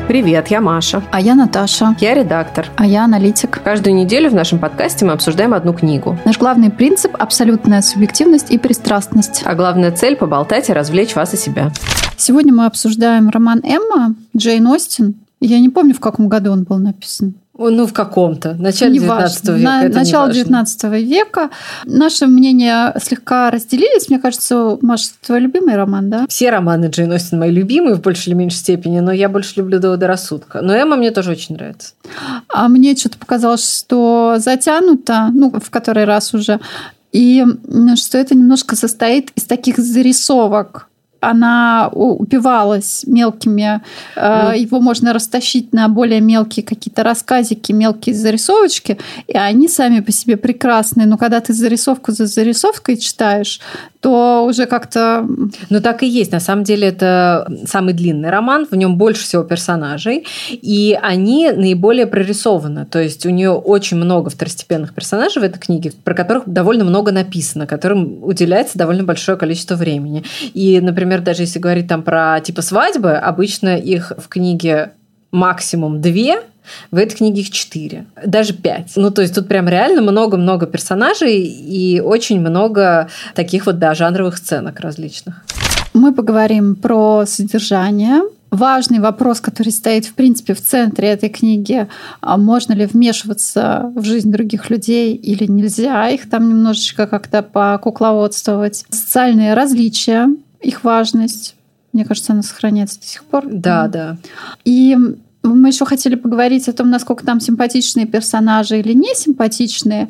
Привет, я Маша. А я Наташа. Я редактор. А я аналитик. Каждую неделю в нашем подкасте мы обсуждаем одну книгу. Наш главный принцип – абсолютная субъективность и пристрастность. А главная цель – поболтать и развлечь вас и себя. Сегодня мы обсуждаем роман «Эмма» Джейн Остин. Я не помню, в каком году он был написан. Ну, в каком-то. Начале 19 века. Начало 19 века. Наши мнения слегка разделились. Мне кажется, Маша, твой любимый роман, да? Все романы Джейн Остин мои любимые в большей или меньшей степени, но я больше люблю «Доводы рассудка». Но «Эмма» мне тоже очень нравится. А мне что-то показалось, что затянуто, в который раз уже, и что это немножко состоит из таких зарисовок. Она упивалась мелкими, его можно растащить на более мелкие какие-то рассказики, мелкие зарисовочки, и они сами по себе прекрасные. Но когда ты зарисовку за зарисовкой читаешь, то уже как-то... Ну, так и есть. На самом деле, это самый длинный роман, в нем больше всего персонажей, и они наиболее прорисованы. То есть у нее очень много второстепенных персонажей в этой книге, про которых довольно много написано, которым уделяется довольно большое количество времени. И, например, даже если говорить там про типа свадьбы, обычно их в книге максимум 2, в этой книге их 4, даже 5. Ну, то есть тут прям реально много-много персонажей и очень много таких вот, да, жанровых сценок различных. Мы поговорим про содержание. Важный вопрос, который стоит, в принципе, в центре этой книги, можно ли вмешиваться в жизнь других людей или нельзя их там немножечко как-то покукловодствовать. Социальные различия, их важность. Мне кажется, она сохраняется до сих пор. Да, да. И мы еще хотели поговорить о том, насколько там симпатичные персонажи или не симпатичные.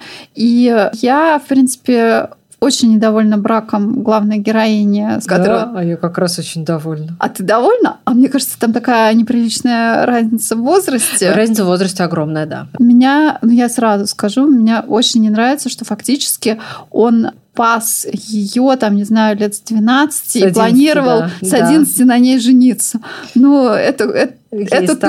И я, в принципе, очень недовольна браком главной героини. Да, а я как раз очень довольна. А ты довольна? А мне кажется, там такая неприличная разница в возрасте. Разница в возрасте огромная, да. Я сразу скажу, мне очень не нравится, что фактически он пас ее, там, не знаю, лет с 12 и планировал с 11 на ней жениться. Ну, это too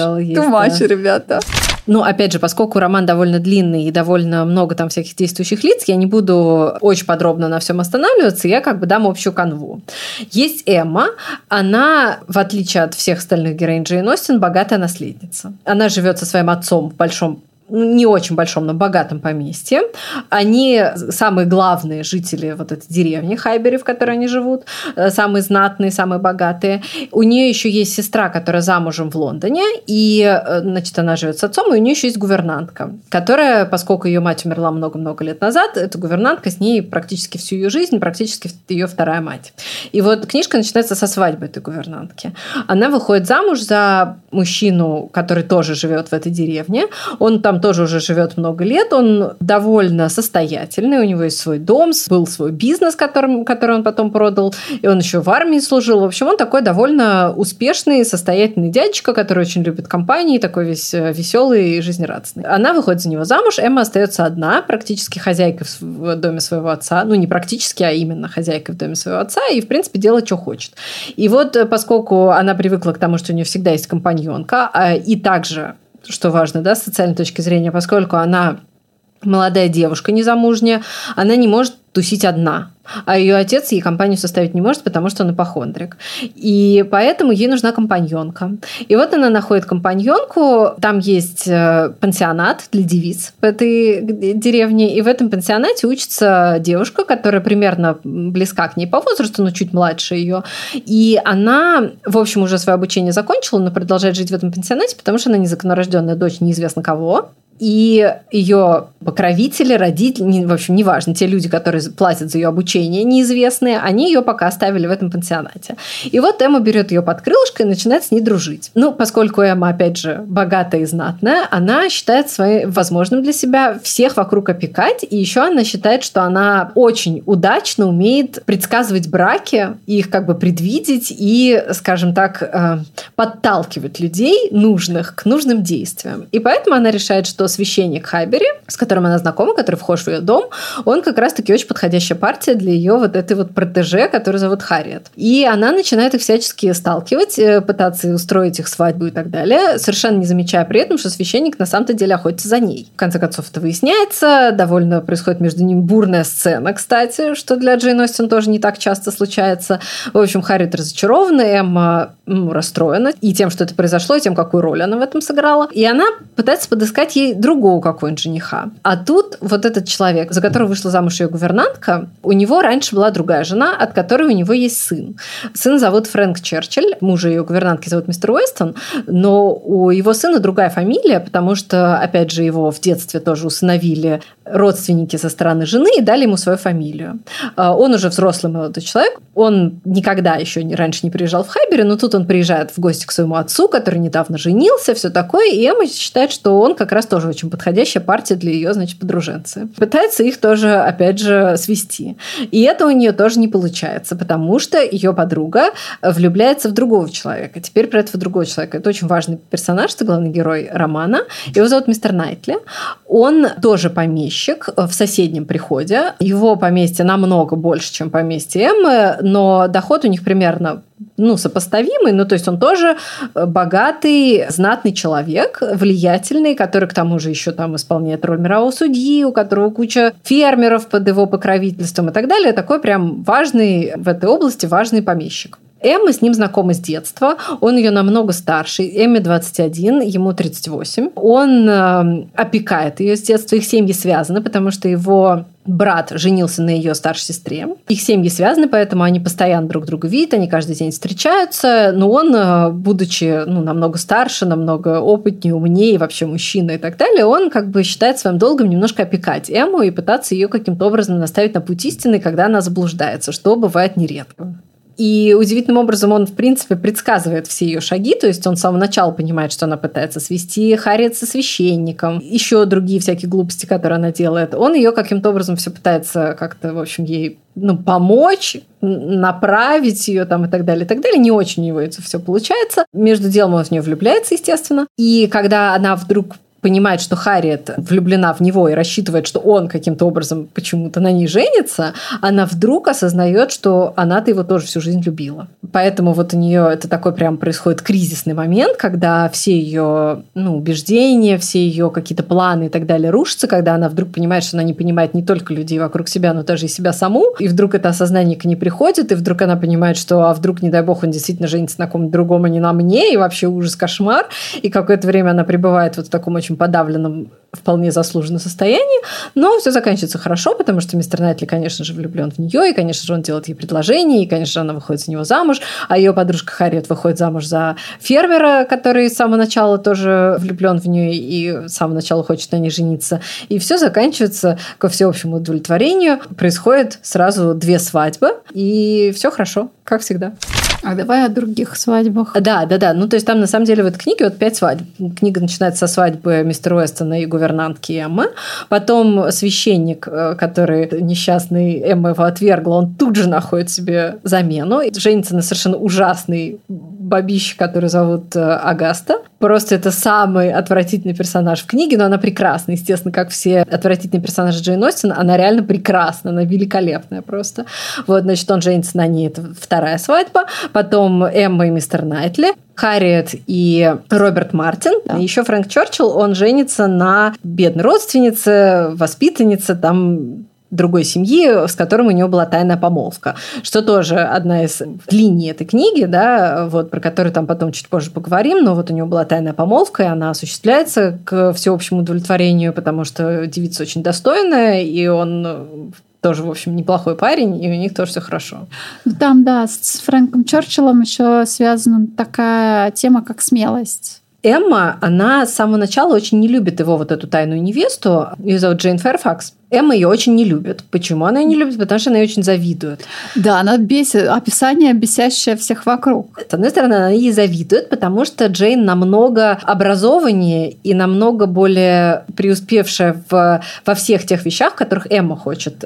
much, ребята. Ну, опять же, поскольку роман довольно длинный и довольно много там всяких действующих лиц, я не буду очень подробно на всем останавливаться, я как бы дам общую канву. Есть Эмма, она, в отличие от всех остальных героинь Джейн Остин, богатая наследница. Она живет со своим отцом в большом, не очень большом, но богатом поместье. Они самые главные жители вот этой деревни Хайбери, в которой они живут, самые знатные, самые богатые. У нее еще есть сестра, которая замужем в Лондоне, и, значит, она живет с отцом, и у нее еще есть гувернантка, которая, поскольку ее мать умерла много-много лет назад, эта гувернантка с ней практически всю ее жизнь, практически ее вторая мать. И вот книжка начинается со свадьбы этой гувернантки. Она выходит замуж за мужчину, который тоже живет в этой деревне. Он там тоже уже живет много лет, он довольно состоятельный, у него есть свой дом, был свой бизнес, который он потом продал, и он еще в армии служил. В общем, он такой довольно успешный, состоятельный дядечка, который очень любит компании, такой весь веселый и жизнерадостный. Она выходит за него замуж, Эмма остается одна, практически хозяйкой в доме своего отца, ну не практически, а именно хозяйкой в доме своего отца, и в принципе делает, что хочет. И вот поскольку она привыкла к тому, что у нее всегда есть компаньонка, и также, что важно, да, с социальной точки зрения, поскольку она молодая девушка, незамужняя, она не может тусить одна. А ее отец ей компанию составить не может, потому что он ипохондрик. И поэтому ей нужна компаньонка. И вот она находит компаньонку. Там есть пансионат для девиц в этой деревне. И в этом пансионате учится девушка, которая примерно близка к ней по возрасту, но чуть младше ее. И она, в общем, уже свое обучение закончила, но продолжает жить в этом пансионате, потому что она незаконнорожденная дочь неизвестно кого. И ее покровители, родители, в общем, неважно, те люди, которые платят за ее обучение, неизвестные, они ее пока оставили в этом пансионате. И вот Эмма берет ее под крылышко и начинает с ней дружить. Ну, поскольку Эмма, опять же, богатая и знатная, она считает возможным для себя всех вокруг опекать, и еще она считает, что она очень удачно умеет предсказывать браки, их как бы предвидеть и, скажем так, подталкивать людей нужных к нужным действиям. И поэтому она решает, что священник Хайбери, с которым она знакома, который вхож в ее дом, он как раз-таки очень подходящая партия для ее вот этой вот протеже, которую зовут Харриет. И она начинает их всячески сталкивать, пытаться устроить их свадьбу и так далее, совершенно не замечая при этом, что священник на самом-то деле охотится за ней. В конце концов, это выясняется, довольно происходит между ними бурная сцена, кстати, что для Джейн Остин тоже не так часто случается. В общем, Харриет разочарована, Эмма расстроена и тем, что это произошло, и тем, какую роль она в этом сыграла. И она пытается подыскать ей другого какого-нибудь жениха. А тут вот этот человек, за которого вышла замуж ее гувернантка, у него раньше была другая жена, от которой у него есть сын. Сын зовут Фрэнк Черчилль, мужа ее гувернантки зовут мистер Уэстон, но у его сына другая фамилия, потому что, опять же, его в детстве тоже усыновили родственники со стороны жены и дали ему свою фамилию. Он уже взрослый молодой человек, он никогда еще раньше не приезжал в Хайбери, но тут он приезжает в гости к своему отцу, который недавно женился, все такое, и Эмма считает, что он как раз тоже очень подходящая партия для ее, значит, подруженцы. Пытается их тоже, опять же, свести. И это у нее тоже не получается, потому что ее подруга влюбляется в другого человека. Теперь про этого другого человека. Это очень важный персонаж, это главный герой романа. Его зовут мистер Найтли. Он тоже помещик в соседнем приходе. Его поместье намного больше, чем поместье Эммы, но доход у них примерно сопоставимый, то есть он тоже богатый, знатный человек, влиятельный, который к тому же еще там исполняет роль мирового судьи, у которого куча фермеров под его покровительством и так далее. Такой прям важный в этой области, важный помещик. Эмма с ним знакома с детства, он ее намного старше, Эмме 21, ему 38. Он опекает ее с детства, их семьи связаны, потому что его брат женился на ее старшей сестре. Их семьи связаны, поэтому они постоянно друг друга видят, они каждый день встречаются, но он, будучи намного старше, намного опытнее, умнее, вообще мужчина и так далее, он как бы считает своим долгом немножко опекать Эмму и пытаться ее каким-то образом наставить на путь истины, когда она заблуждается, что бывает нередко. И удивительным образом он, в принципе, предсказывает все ее шаги, то есть он с самого начала понимает, что она пытается свести Харриет со священником, еще другие всякие глупости, которые она делает. Он ее каким-то образом все пытается как-то, в общем, ей помочь, направить ее там и так далее, и так далее. Не очень у него это все получается. Между делом он в нее влюбляется, естественно. И когда она вдруг понимает, что Харриет влюблена в него и рассчитывает, что он каким-то образом почему-то на ней женится, она вдруг осознает, что она-то его тоже всю жизнь любила. Поэтому вот у нее это такой прям происходит кризисный момент, когда все ее убеждения, все ее какие-то планы и так далее рушатся, когда она вдруг понимает, что она не понимает не только людей вокруг себя, но даже и себя саму, и вдруг это осознание к ней приходит, и вдруг она понимает, что вдруг, не дай бог, он действительно женится на ком-то другом, а не на мне, и вообще ужас, кошмар, и какое-то время она пребывает вот в таком очень подавленном, вполне заслуженном состоянии, но все заканчивается хорошо, потому что мистер Найтли, конечно же, влюблен в нее, и, конечно же, он делает ей предложение, и, конечно же, она выходит за него замуж, а ее подружка Харриет выходит замуж за фермера, который с самого начала тоже влюблен в нее и с самого начала хочет на ней жениться. И все заканчивается ко всеобщему удовлетворению. Происходит сразу 2 свадьбы, и все хорошо, как всегда. А давай о других свадьбах. Да. То есть там на самом деле в этой книге 5 свадьб. Книга начинается со свадьбы мистера Уэстона и гувернантки Эммы. Потом священник, который несчастный, Эмма его отвергла, он тут же находит себе замену. Женится на совершенно ужасный бабище, который зовут Агаста. Просто это самый отвратительный персонаж в книге, но она прекрасна. Естественно, как все отвратительные персонажи Джейн Остин, она реально прекрасна, она великолепная просто. Вот, значит, он женится на ней, это 2-я свадьба. Потом Эмма и мистер Найтли, Харриет и Роберт Мартин. Да. И еще Фрэнк Черчилль, он женится на бедной родственнице, воспитаннице, там другой семьи, с которым у него была тайная помолвка. Что тоже одна из линий этой книги, да, вот, про которую там потом чуть позже поговорим, но вот у него была тайная помолвка, и она осуществляется к всеобщему удовлетворению, потому что девица очень достойная, и он тоже, в общем, неплохой парень, и у них тоже все хорошо. Там, да, с Фрэнком Черчиллем еще связана такая тема, как смелость. Эмма, она с самого начала очень не любит его, вот эту тайную невесту. Ее зовут Джейн Фэрфакс. Эмма ее очень не любит. Почему она ее не любит? Потому что она ее очень завидует. Да, она бесит. Описание бесящее всех вокруг. С одной стороны, она ей завидует, потому что Джейн намного образованнее и намного более преуспевшая во всех тех вещах, в которых Эмма хочет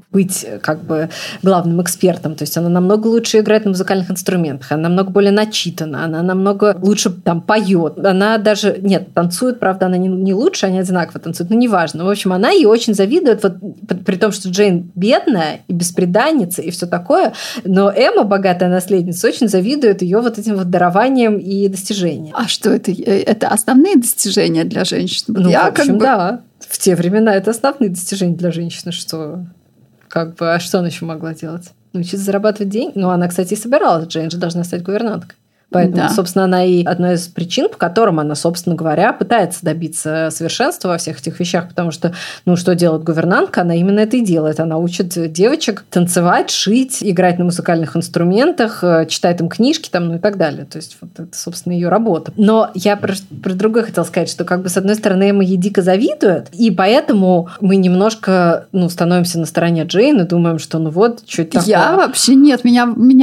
быть как бы главным экспертом. То есть она намного лучше играет на музыкальных инструментах, она намного более начитана, она намного лучше там поет. Она даже, нет, танцует, правда, она не лучше, они одинаково танцуют, но неважно. В общем, она ей очень завидует, вот, при том, что Джейн бедная и бесприданница и все такое, но Эмма, богатая наследница, очень завидует ее вот этим вот дарованием и достижениям. А что это? Это основные достижения для женщин? Ну, в общем, да. В те времена это основные достижения для женщины, что... Как бы, а что она еще могла делать? Научиться зарабатывать деньги? Ну, она, кстати, и собиралась. Джейн же должна стать гувернанткой. Поэтому, собственно, она и одна из причин, по которым она, собственно говоря, пытается добиться совершенства во всех этих вещах, потому что, ну, что делает гувернантка? Она именно это и делает. Она учит девочек танцевать, шить, играть на музыкальных инструментах, читает им книжки там, ну и так далее. То есть, вот это, собственно, ее работа. Но я про другое хотела сказать, что, как бы, с одной стороны, Эмма ей дико завидует, и поэтому мы немножко, ну, становимся на стороне Джейн и думаем, что, ну вот, что это такое. Я вообще нет. Меня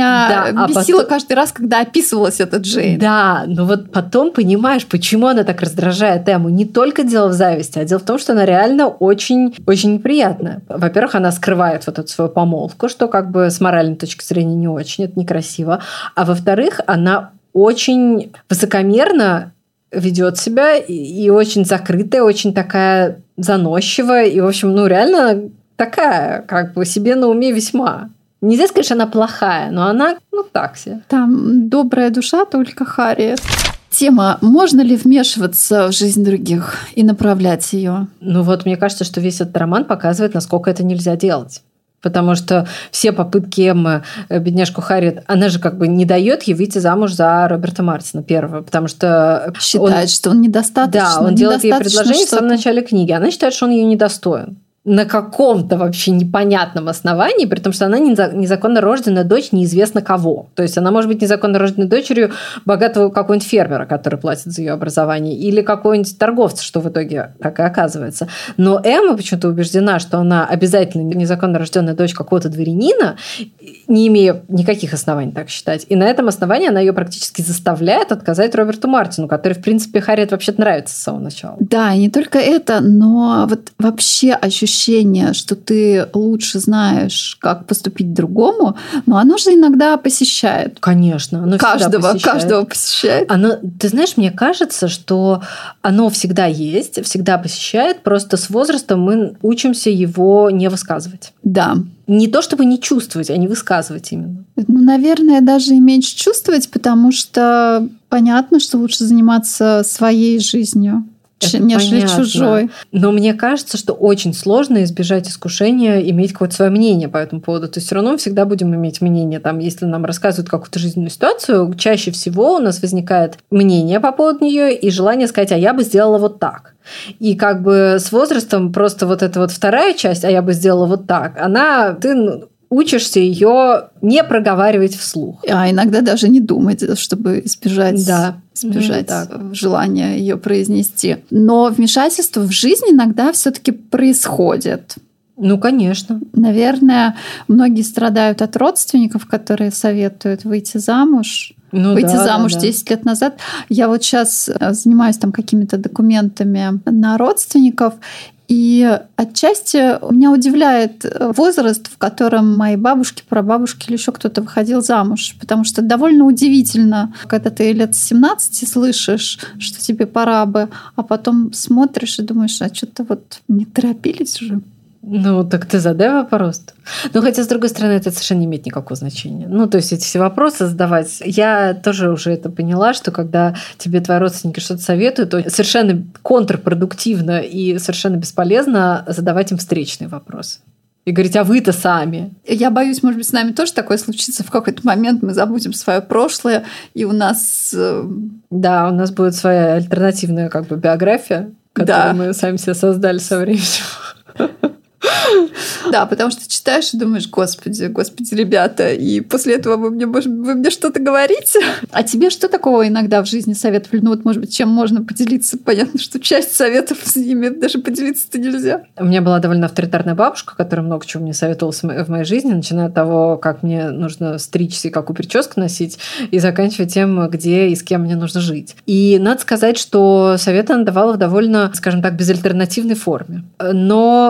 бесило каждый раз, когда описывалась это Джейн. Да, но вот потом понимаешь, почему она так раздражает Эмму. Не только дело в зависти, а дело в том, что она реально очень, очень неприятная. Во-первых, она скрывает вот эту свою помолвку, что как бы с моральной точки зрения не очень, это некрасиво. А во-вторых, она очень высокомерно ведет себя и очень закрытая, очень такая заносчивая. И, в общем, ну реально такая, как бы себе на уме весьма. Нельзя сказать, что она плохая, но она, ну, так себе. Там добрая душа только Харриет. Тема: можно ли вмешиваться в жизнь других и направлять ее? Ну вот, мне кажется, что весь этот роман показывает, насколько это нельзя делать. Потому что все попытки Эммы, бедняжку Харриет, она же как бы не дает ей выйти замуж за Роберта Мартина первого, потому что... Считает, что он недостаточно. Да, он делает ей предложение в самом начале книги. Она считает, что он ее недостоин. На каком-то вообще непонятном основании, при том, что она незаконно рожденная дочь неизвестно кого. То есть она может быть незаконно рожденной дочерью богатого какого-нибудь фермера, который платит за ее образование, или какого-нибудь торговца, что в итоге так и оказывается. Но Эмма почему-то убеждена, что она обязательно незаконно рожденная дочь какого-то дворянина, не имея никаких оснований так считать. И на этом основании она ее практически заставляет отказать Роберту Мартину, который, в принципе, Харриет вообще-то нравится с самого начала. Да, и не только это, но вот вообще ощущение, что ты лучше знаешь, как поступить другому, но оно же иногда посещает. Конечно, оно каждого посещает. Ты знаешь, мне кажется, что оно всегда есть, всегда посещает, просто с возрастом мы учимся его не высказывать. Да. Не то чтобы не чувствовать, а не высказывать именно. Ну, наверное, даже и меньше чувствовать, потому что понятно, что лучше заниматься своей жизнью, нежели чужой. Но мне кажется, что очень сложно избежать искушения иметь какое-то свое мнение по этому поводу. То есть все равно мы всегда будем иметь мнение. Там, если нам рассказывают какую-то жизненную ситуацию, чаще всего у нас возникает мнение по поводу нее и желание сказать: а я бы сделала вот так. И как бы с возрастом просто вот эта вот вторая часть, а я бы сделала вот так, ты учишься ее не проговаривать вслух. А иногда даже не думать, чтобы избежать желания ее произнести. Но вмешательство в жизнь иногда все-таки происходит. Ну, конечно. Наверное, многие страдают от родственников, которые советуют выйти замуж. Выйти замуж 10 лет назад. Я вот сейчас занимаюсь там какими-то документами на родственников, и отчасти меня удивляет возраст, в котором мои бабушки, прабабушки или еще кто-то выходил замуж. Потому что довольно удивительно, когда ты лет с 17 слышишь, что тебе пора бы, а потом смотришь и думаешь: а что-то вот не торопились уже. Ну, так ты задай вопрос. Ну, хотя, с другой стороны, это совершенно не имеет никакого значения. Ну, то есть эти все вопросы задавать. Я тоже уже это поняла, что когда тебе твои родственники что-то советуют, то совершенно контрпродуктивно и совершенно бесполезно задавать им встречные вопросы. И говорить: а вы-то сами. Я боюсь, может быть, с нами тоже такое случится. В какой-то момент мы забудем свое прошлое, и у нас... Да, у нас будет своя альтернативная как бы биография, которую мы сами себе создали со временем. Да, потому что читаешь и думаешь: господи, ребята, и после этого вы мне что-то говорите? А тебе что такого иногда в жизни советовали? Ну вот, может быть, чем можно поделиться? Понятно, что часть советов с ними даже поделиться-то нельзя. У меня была довольно авторитарная бабушка, которая много чего мне советовала в моей жизни, начиная от того, как мне нужно стричься и какую прическу носить, и заканчивая тем, где и с кем мне нужно жить. И надо сказать, что советы она давала в довольно, скажем так, безальтернативной форме. Но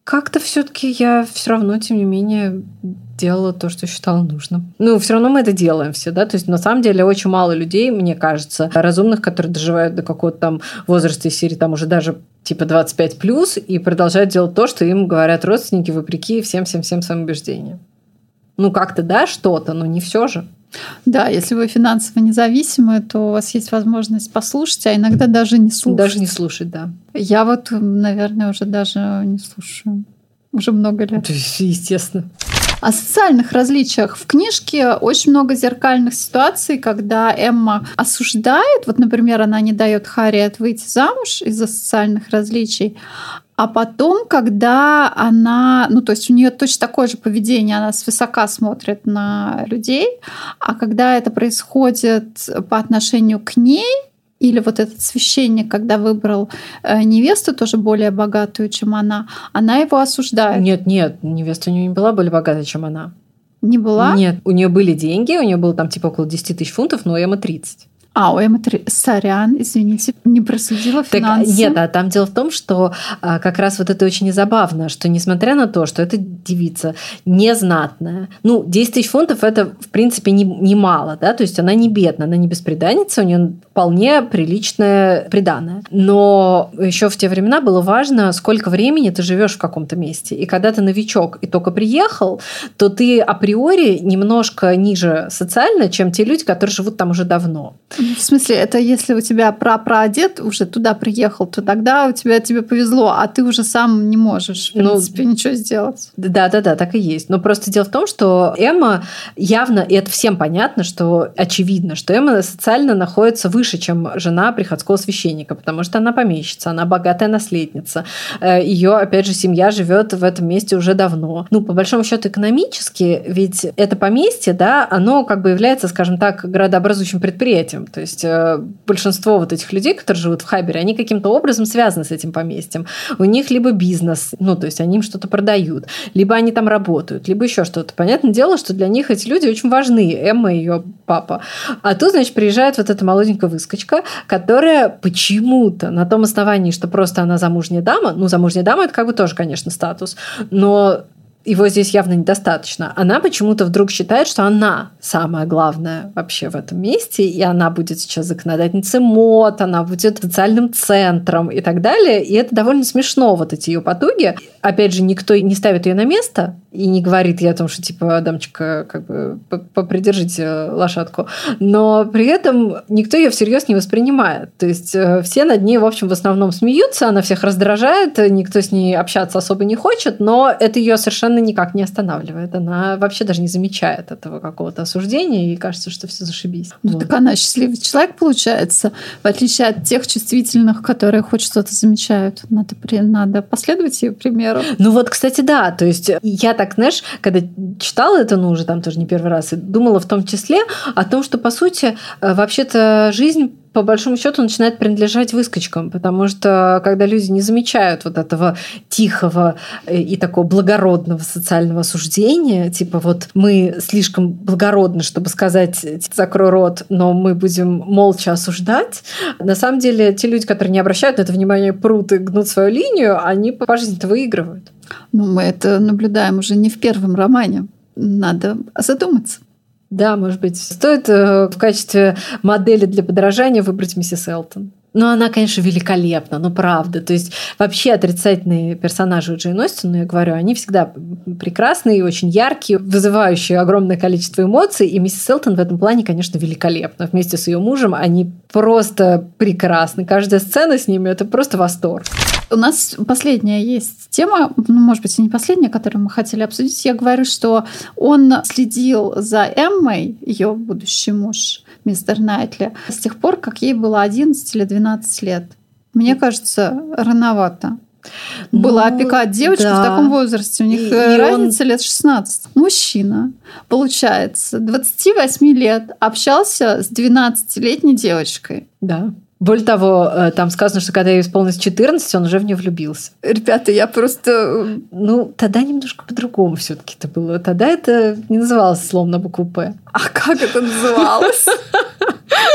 как-то все-таки я все равно, тем не менее, делала то, что считала нужным. Ну, все равно мы это делаем все, да, то есть на самом деле очень мало людей, мне кажется, разумных, которые доживают до какого-то там возраста из серии там уже даже типа 25+, и продолжают делать то, что им говорят родственники, вопреки всем-всем-всем своим убеждениям. Ну, как-то, да, что-то, но не все же. Да, если вы финансово независимы, то у вас есть возможность послушать, а иногда даже не слушать. Даже не слушать, да. Я вот, наверное, уже даже не слушаю. Уже много лет. То есть, естественно. О социальных различиях. В книжке очень много зеркальных ситуаций, когда Эмма осуждает, вот, например, она не дает Харриет выйти замуж из-за социальных различий, а потом, когда она, ну, то есть у нее точно такое же поведение, она свысока смотрит на людей, а когда это происходит по отношению к ней, или вот этот священник, когда выбрал невесту, тоже более богатую, чем она его осуждает. Нет, невеста у нее не была более богатой, чем она. Не была? Нет, у нее были деньги, у нее было там типа около 10 тысяч фунтов, но у Эммы 30. У Эммы сорян, извините, не проследила финансы. Нет, а там дело в том, что как раз вот это очень забавно, что несмотря на то, что эта девица незнатная, 10 тысяч фунтов это, в принципе, немало, да, то есть она не бедная, она не бесприданница, у нее вполне приличное приданое. Но еще в те времена было важно, сколько времени ты живешь в каком-то месте. И когда ты новичок и только приехал, то ты априори немножко ниже социально, чем те люди, которые живут там уже давно. В смысле, это если у тебя прапрадед уже туда приехал, то тогда тебе повезло, а ты уже сам не можешь, в принципе, ничего сделать. Да, так и есть. Но просто дело в том, что Эмма явно, и это всем понятно, что очевидно, что Эмма социально находится выше, чем жена приходского священника, потому что она помещица, она богатая наследница. Ее, опять же, семья живет в этом месте уже давно. По большому счету, экономически, ведь это поместье, да, оно как бы является, скажем так, градообразующим предприятием. То есть большинство вот этих людей, которые живут в Хайбере, они каким-то образом связаны с этим поместьем. У них либо бизнес, то есть они им что-то продают, либо они там работают, либо еще что-то. Понятное дело, что для них эти люди очень важны, Эмма и ее папа. А тут, значит, приезжает вот эта молоденькая выскочка, которая почему-то на том основании, что просто она замужняя дама, замужняя дама – это как бы тоже, конечно, статус, но его здесь явно недостаточно. Она почему-то вдруг считает, что она самая главная вообще в этом месте, и она будет сейчас законодательницей мод, она будет социальным центром и так далее. И это довольно смешно, вот эти ее потуги. Опять же, никто не ставит ее на место и не говорит ей о том, что типа, дамочка, как бы попридержите лошадку. Но при этом никто ее всерьез не воспринимает. То есть все над ней, в общем, в основном смеются, она всех раздражает, никто с ней общаться особо не хочет, но это ее совершенно никак не останавливает. Она вообще даже не замечает этого какого-то осуждения и кажется, что все зашибись. Так она счастливый человек, получается, в отличие от тех чувствительных, которые хоть что-то замечают. Надо последовать ее примеру. Кстати, да. То есть я так, знаешь, когда читала это, уже там тоже не первый раз, и думала в том числе о том, что, по сути, вообще-то жизнь по большому счету начинает принадлежать выскочкам, потому что когда люди не замечают вот этого тихого и такого благородного социального осуждения, типа вот мы слишком благородны, чтобы сказать «закрой рот», но мы будем молча осуждать, на самом деле те люди, которые не обращают на это внимание, прут и гнут свою линию, они по жизни-то выигрывают. Мы это наблюдаем уже не в первом романе. Надо задуматься. Да, может быть, стоит в качестве модели для подражания выбрать миссис Элтон. Она, конечно, великолепна, правда. То есть вообще отрицательные персонажи у Джейн Остин, я говорю, они всегда прекрасные, очень яркие, вызывающие огромное количество эмоций. И миссис Элтон в этом плане, конечно, великолепна. Вместе с ее мужем они просто прекрасны. Каждая сцена с ними – это просто восторг. У нас последняя есть тема, может быть, и не последняя, которую мы хотели обсудить. Я говорю, что он следил за Эммой, ее будущий муж, мистер Найтли, с тех пор, как ей было 11 или 12 лет. Мне кажется, рановато. Было опекать девочку в таком возрасте. У них разница лет 16. Мужчина, получается, 28 лет общался с 12-летней девочкой. Да. Более того, там сказано, что когда ей исполнилось 14, он уже в нее влюбился. Ребята, я просто... тогда немножко по-другому все-таки это было. Тогда это не называлось словом на букву «П». А как это называлось?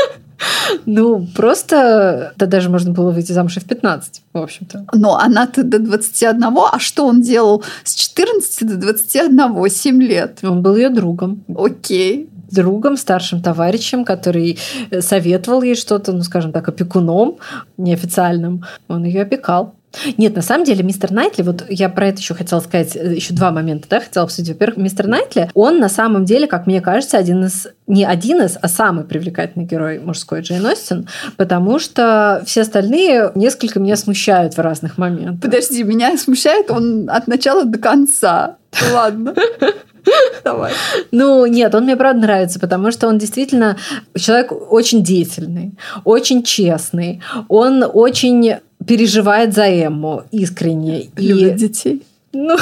Ну, просто да, даже можно было выйти замуж и в 15, в общем-то. Но она-то до 21, а что он делал с 14 до 21? 7 лет. Он был ее другом. Окей. Другом, старшим товарищем, который советовал ей что-то, ну, скажем так, опекуном неофициальным. Он ее опекал. Нет, на самом деле, мистер Найтли, вот я про это еще хотела сказать, еще два момента, да, хотела обсудить. Во-первых, мистер Найтли, он на самом деле, как мне кажется, а самый привлекательный герой мужской Джейн Остин, потому что все остальные несколько меня смущают в разных моментах. Подожди, меня смущает он от начала до конца. Ладно. Давай. Ну, нет, он мне правда нравится, потому что он действительно человек очень деятельный, очень честный, он очень переживает за Эмму искренне. Любит детей. Ну,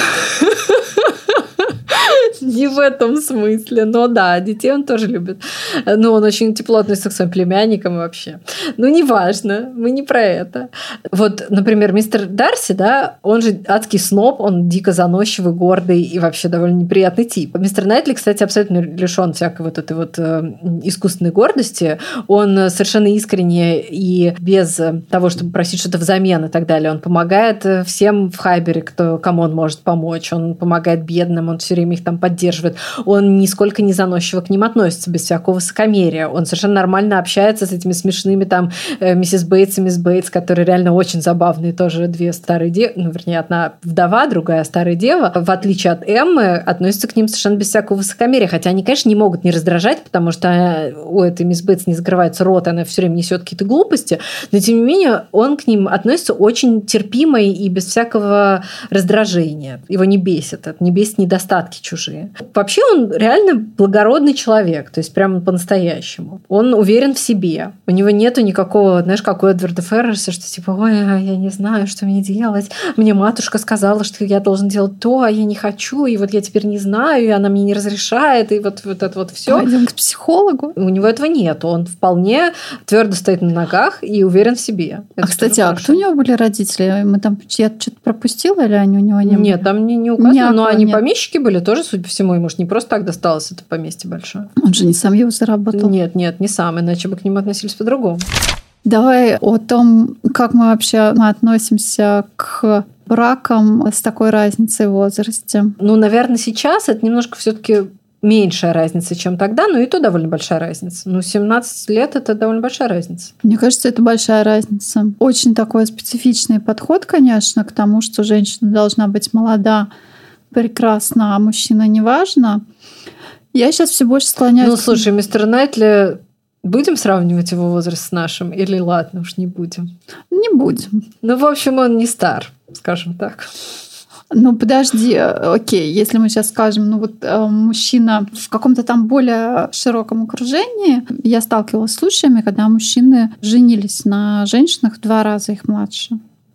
не в этом смысле, но да, детей он тоже любит. Но он очень тепло относится к своим племянникам вообще. Ну, неважно, мы не про это. Вот, например, мистер Дарси, да, он же адский сноб, он дико заносчивый, гордый и вообще довольно неприятный тип. Мистер Найтли, кстати, абсолютно лишен всякой вот этой вот искусственной гордости. Он совершенно искренне и без того, чтобы просить что-то взамен и так далее, он помогает всем в Хайбере, кому он может помочь. Он помогает бедным, он все время их там поддерживает. Он нисколько не заносчиво к ним относится, без всякого высокомерия. Он совершенно нормально общается с этими смешными там миссис Бейтс и мисс Бейтс, которые реально очень забавные, тоже две старые девы, ну, вернее, одна вдова, другая старая дева, в отличие от Эммы, относятся к ним совершенно без всякого высокомерия. Хотя они, конечно, не могут не раздражать, потому что у этой мисс Бейтс не закрывается рот, она все время несет какие-то глупости, но, тем не менее, он к ним относится очень терпимо и без всякого раздражения. Его не бесит. Это не бесит недостатки чужие. Вообще он реально благородный человек, то есть прямо по-настоящему. Он уверен в себе. У него нету никакого, знаешь, как у Эдварда Ферриса, что типа, ой, я не знаю, что мне делать. Мне матушка сказала, что я должен делать то, а я не хочу, и вот я теперь не знаю, и она мне не разрешает, и вот это вот все. Пойдем к психологу. У него этого нет. Он вполне твердо стоит на ногах и уверен в себе. Это кстати, а кто у него были родители? Я что-то пропустила, или они у него не были? Нет, там не указано, но они помещики были тоже, судя по всему, ему же не просто так досталось это поместье большое. Он же не сам его заработал. Нет, не сам, иначе бы к нему относились по-другому. Давай о том, как мы вообще относимся к бракам с такой разницей в возрасте. Ну, наверное, сейчас это немножко все-таки меньшая разница, чем тогда, но и то довольно большая разница. 17 лет – это довольно большая разница. Мне кажется, это большая разница. Очень такой специфичный подход, конечно, к тому, что женщина должна быть молода, прекрасна, а мужчина неважно. Я сейчас все больше склоняюсь... Ну, слушай, мистер Найтли, будем сравнивать его возраст с нашим? Или ладно, уж не будем? Не будем. Ну, в общем, он не стар, скажем так. Ну, подожди, окей, если мы сейчас скажем, мужчина в каком-то там более широком окружении, я сталкивалась с случаями, когда мужчины женились на женщинах в 2 раза их младше.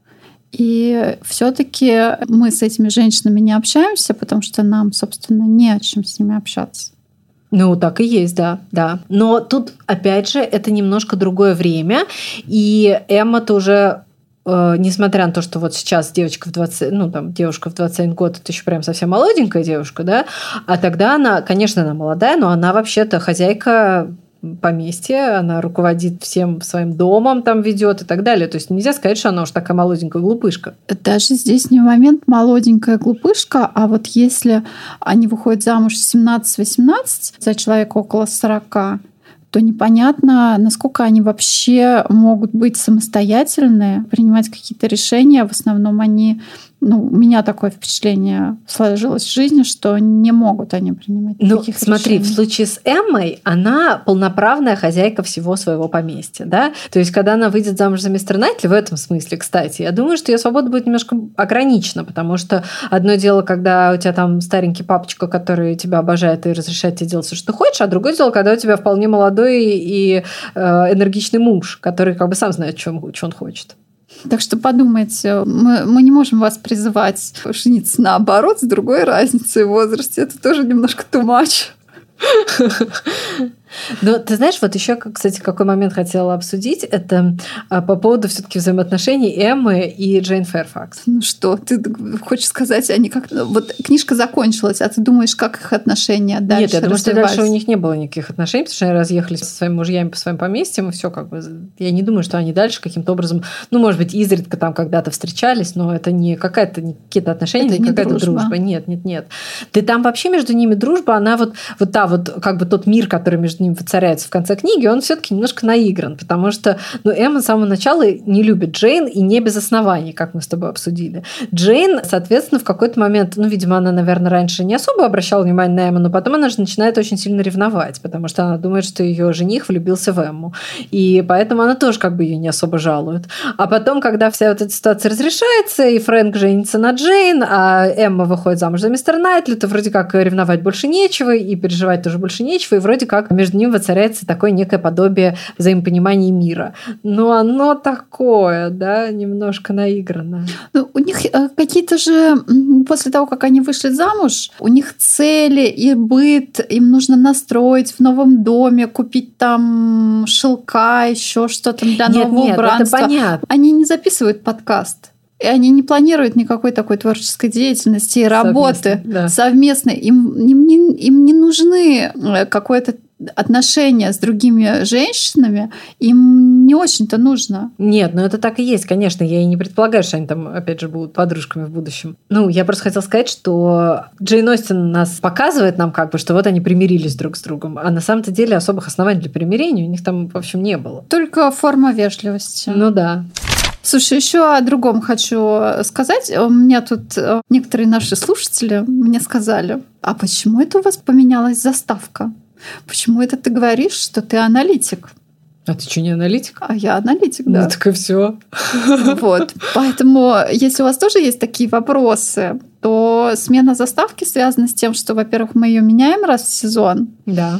И все-таки мы с этими женщинами не общаемся, потому что нам, собственно, не о чем с ними общаться. Ну, так и есть, да. Но тут, опять же, это немножко другое время, и Эмма-то уже... несмотря на то, что вот сейчас девочка в 20, девушка в 21 год, это еще прям совсем молоденькая девушка, да, а тогда она, конечно, она молодая, но она вообще-то хозяйка поместья, она руководит всем своим домом, там ведет и так далее. То есть нельзя сказать, что она уж такая молоденькая глупышка. Даже здесь не момент молоденькая глупышка, а вот если они выходят замуж в 17-18 за человека около 40, то непонятно, насколько они вообще могут быть самостоятельные, принимать какие-то решения. В основном они, у меня такое впечатление сложилось в жизни, что не могут они принимать таких смотри, решений. В случае с Эммой она полноправная хозяйка всего своего поместья, да? То есть, когда она выйдет замуж за мистера Найтли, в этом смысле, кстати, я думаю, что ее свобода будет немножко ограничена, потому что одно дело, когда у тебя там старенький папочка, который тебя обожает и разрешает тебе делать все, что ты хочешь, а другое дело, когда у тебя вполне молодой и энергичный муж, который как бы сам знает, что он хочет. Так что подумайте, мы не можем вас призывать жениться наоборот с другой разницей в возрасте. Это тоже немножко too much. Но ты знаешь, вот еще, кстати, какой момент хотела обсудить, это по поводу все-таки взаимоотношений Эммы и Джейн Фэрфакс. Ну что, ты хочешь сказать, они как-то... Вот книжка закончилась, а ты думаешь, как их отношения дальше? Нет, я думаю, что дальше у них не было никаких отношений, потому что они разъехались со своими мужьями по своим поместьям, и все как бы... Я не думаю, что они дальше каким-то образом... Ну, может быть, изредка там когда-то встречались, но это не какие-то отношения, это не какая-то дружба. Нет. Да там вообще между ними дружба, она вот как бы тот мир, который между ними воцаряется в конце книги, он все-таки немножко наигран, потому что Эмма с самого начала не любит Джейн, и не без оснований, как мы с тобой обсудили. Джейн, соответственно, в какой-то момент, видимо, она, наверное, раньше не особо обращала внимание на Эмму, но потом она же начинает очень сильно ревновать, потому что она думает, что ее жених влюбился в Эмму. И поэтому она тоже как бы ее не особо жалует. А потом, когда вся вот эта ситуация разрешается, и Фрэнк женится на Джейн, а Эмма выходит замуж за мистера Найтли, то вроде как ревновать больше нечего, и переживать тоже больше нечего, и вроде как между ними воцаряется такое некое подобие взаимопонимания мира. Но оно такое, да, немножко наигранное. У них какие-то же, после того, как они вышли замуж, у них цели и быт, им нужно настроить в новом доме, купить там шелка, еще что-то для нового убранства. Это понятно. Они не записывают подкаст. И они не планируют никакой такой творческой деятельности и работы совместной. Им не нужны какое-то отношения с другими женщинами, им не очень-то нужно. Нет, это так и есть, конечно. Я и не предполагаю, что они там, опять же, будут подружками в будущем. Я просто хотела сказать, что Джейн Остин нас показывает нам как бы, что вот они примирились друг с другом, а на самом-то деле особых оснований для примирения у них там, в общем, не было. Только форма вежливости. Да. Слушай, еще о другом хочу сказать. У меня тут некоторые наши слушатели мне сказали, а почему это у вас поменялась заставка? Почему это ты говоришь, что ты аналитик? А ты что, не аналитик? А я аналитик, да. Так и все. Вот. Поэтому, если у вас тоже есть такие вопросы, то смена заставки связана с тем, что, во-первых, мы ее меняем раз в сезон. Да.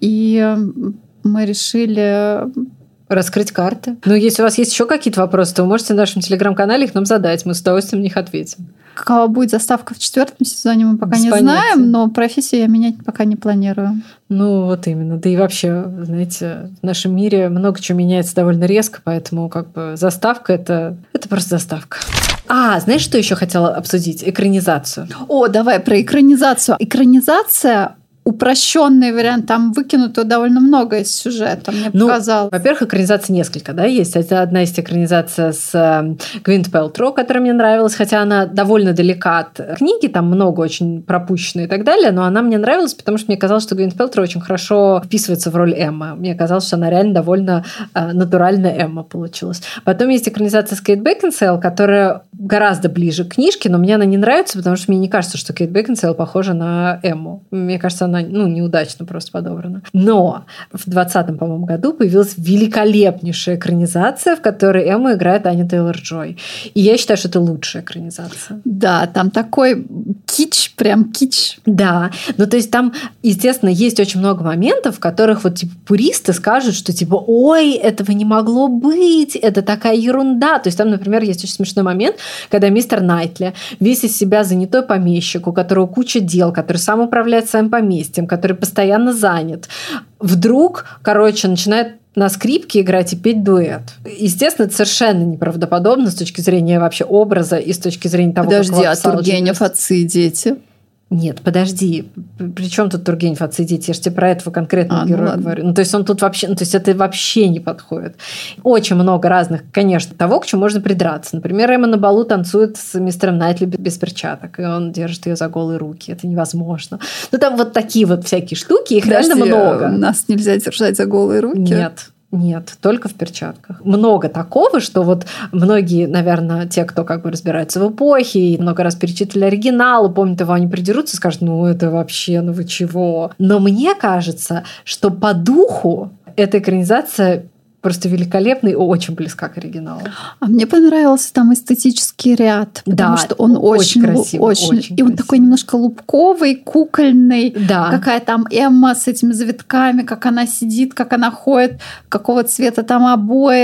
И мы решили... раскрыть карты. Если у вас есть еще какие-то вопросы, то вы можете в нашем телеграм-канале их нам задать. Мы с удовольствием на них ответим. Какова будет заставка в 4-м сезоне, мы пока не знаем, но профессию я менять пока не планирую. Вот именно. Да и вообще, знаете, в нашем мире много чего меняется довольно резко, поэтому как бы заставка это просто заставка. Знаешь, что еще хотела обсудить? Экранизацию. Давай про экранизацию. Экранизация упрощенный вариант, там выкинуто довольно много из сюжета, мне показалось. Во-первых, экранизаций несколько, да, есть. Это одна из экранизаций с Гвинет Пэлтроу, которая мне нравилась, хотя она довольно далека от книги, там много очень пропущено и так далее, но она мне нравилась, потому что мне казалось, что Гвинет Пэлтроу очень хорошо вписывается в роль Эммы. Мне казалось, что она реально довольно натуральная Эмма получилась. Потом есть экранизация с Кейт Бекинсейл, которая гораздо ближе к книжке, но мне она не нравится, потому что мне не кажется, что Кейт Бекинсейл похожа на Эмму. Мне кажется, она неудачно просто подобрана. Но в 2020, по-моему, году появилась великолепнейшая экранизация, в которой Эмма играет Аня Тейлор-Джой. И я считаю, что это лучшая экранизация. Да, там такой кич, прям кич. Да, то есть там, естественно, есть очень много моментов, в которых пуристы скажут, что ой, этого не могло быть, это такая ерунда. То есть там, например, есть очень смешной момент, когда мистер Найтли, весь из себя занятой помещик, у которого куча дел, который сам управляет своим поместьем, который постоянно занят, вдруг, начинает на скрипке играть и петь дуэт. Естественно, это совершенно неправдоподобно с точки зрения вообще образа и с точки зрения того, Подожди, а Тургенев «Отцы и дети»? Нет, подожди. При чем тут Тургенев «Отцы и дети»? Я же тебе про этого конкретного героя говорю. То есть он тут вообще... то есть это вообще не подходит. Очень много разных, конечно, того, к чему можно придраться. Например, Эмма на балу танцует с мистером Найтли без перчаток, и он держит ее за голые руки. Это невозможно. Там вот такие вот всякие штуки, их реально много. Нас нельзя держать за голые руки? Нет, только в перчатках. Много такого, что многие, наверное, те, кто разбираются в эпохе и много раз перечитывали оригинал, помнят его, они придерутся и скажут, это вообще, вы чего? Но мне кажется, что по духу эта экранизация просто великолепный и очень близка к оригиналу. А мне понравился там эстетический ряд, потому что он очень красивый. И он такой немножко лубковый, кукольный. Да. Какая там Эмма с этими завитками, как она сидит, как она ходит, какого цвета там обои.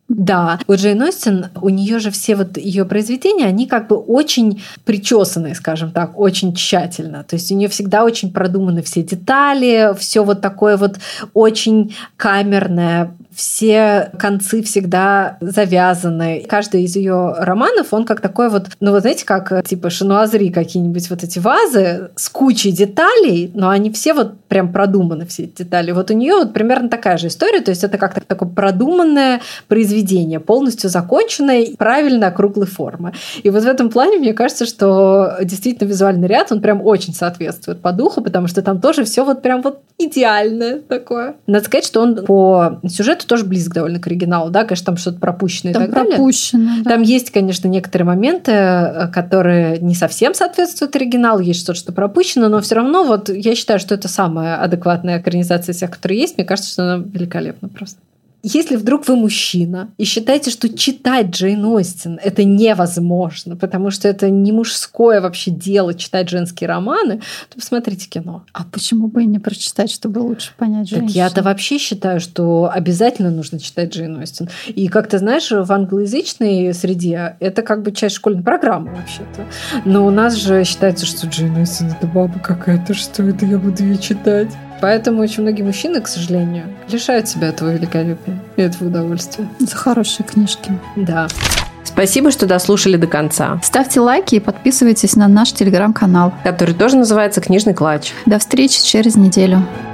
Да, у Джейн Остин, у нее же все вот ее произведения, они как бы очень причесанные, скажем так, очень тщательно. То есть у нее всегда очень продуманы все детали, все вот такое вот очень камерное, все концы всегда завязаны. Каждый из ее романов, он как такой вот, ну вот знаете, как типа шануазри какие-нибудь вот эти вазы с кучей деталей, но они все вот прям продуманы, все эти детали. Вот у нее вот примерно такая же история, то есть это как-то такое продуманное произведение, полностью законченное, правильно округлой формы. И вот в этом плане мне кажется, что действительно визуальный ряд, он прям очень соответствует по духу, потому что там тоже все вот прям вот идеальное такое. Надо сказать, что он по сюжету тоже близок довольно к оригиналу, да, конечно, там что-то пропущено и там так далее. Да. Там есть, конечно, некоторые моменты, которые не совсем соответствуют оригиналу, есть что-то, что пропущено, но все равно вот я считаю, что это самая адекватная экранизация из всех, которые есть. Мне кажется, что она великолепна просто. Если вдруг вы мужчина и считаете, что читать Джейн Остин это невозможно, потому что это не мужское вообще дело читать женские романы, то посмотрите кино. А почему бы и не прочитать, чтобы лучше понять женщину? Так я-то вообще считаю, что обязательно нужно читать Джейн Остин. И как ты знаешь, в англоязычной среде это как бы часть школьной программы вообще-то. Но у нас же считается, что Джейн Остин это баба какая-то, что это я буду ее читать. Поэтому очень многие мужчины, к сожалению, лишают себя этого великолепия и этого удовольствия. За хорошие книжки. Да. Спасибо, что дослушали до конца. Ставьте лайки и подписывайтесь на наш телеграм-канал, который тоже называется «Книжный клатч». До встречи через неделю.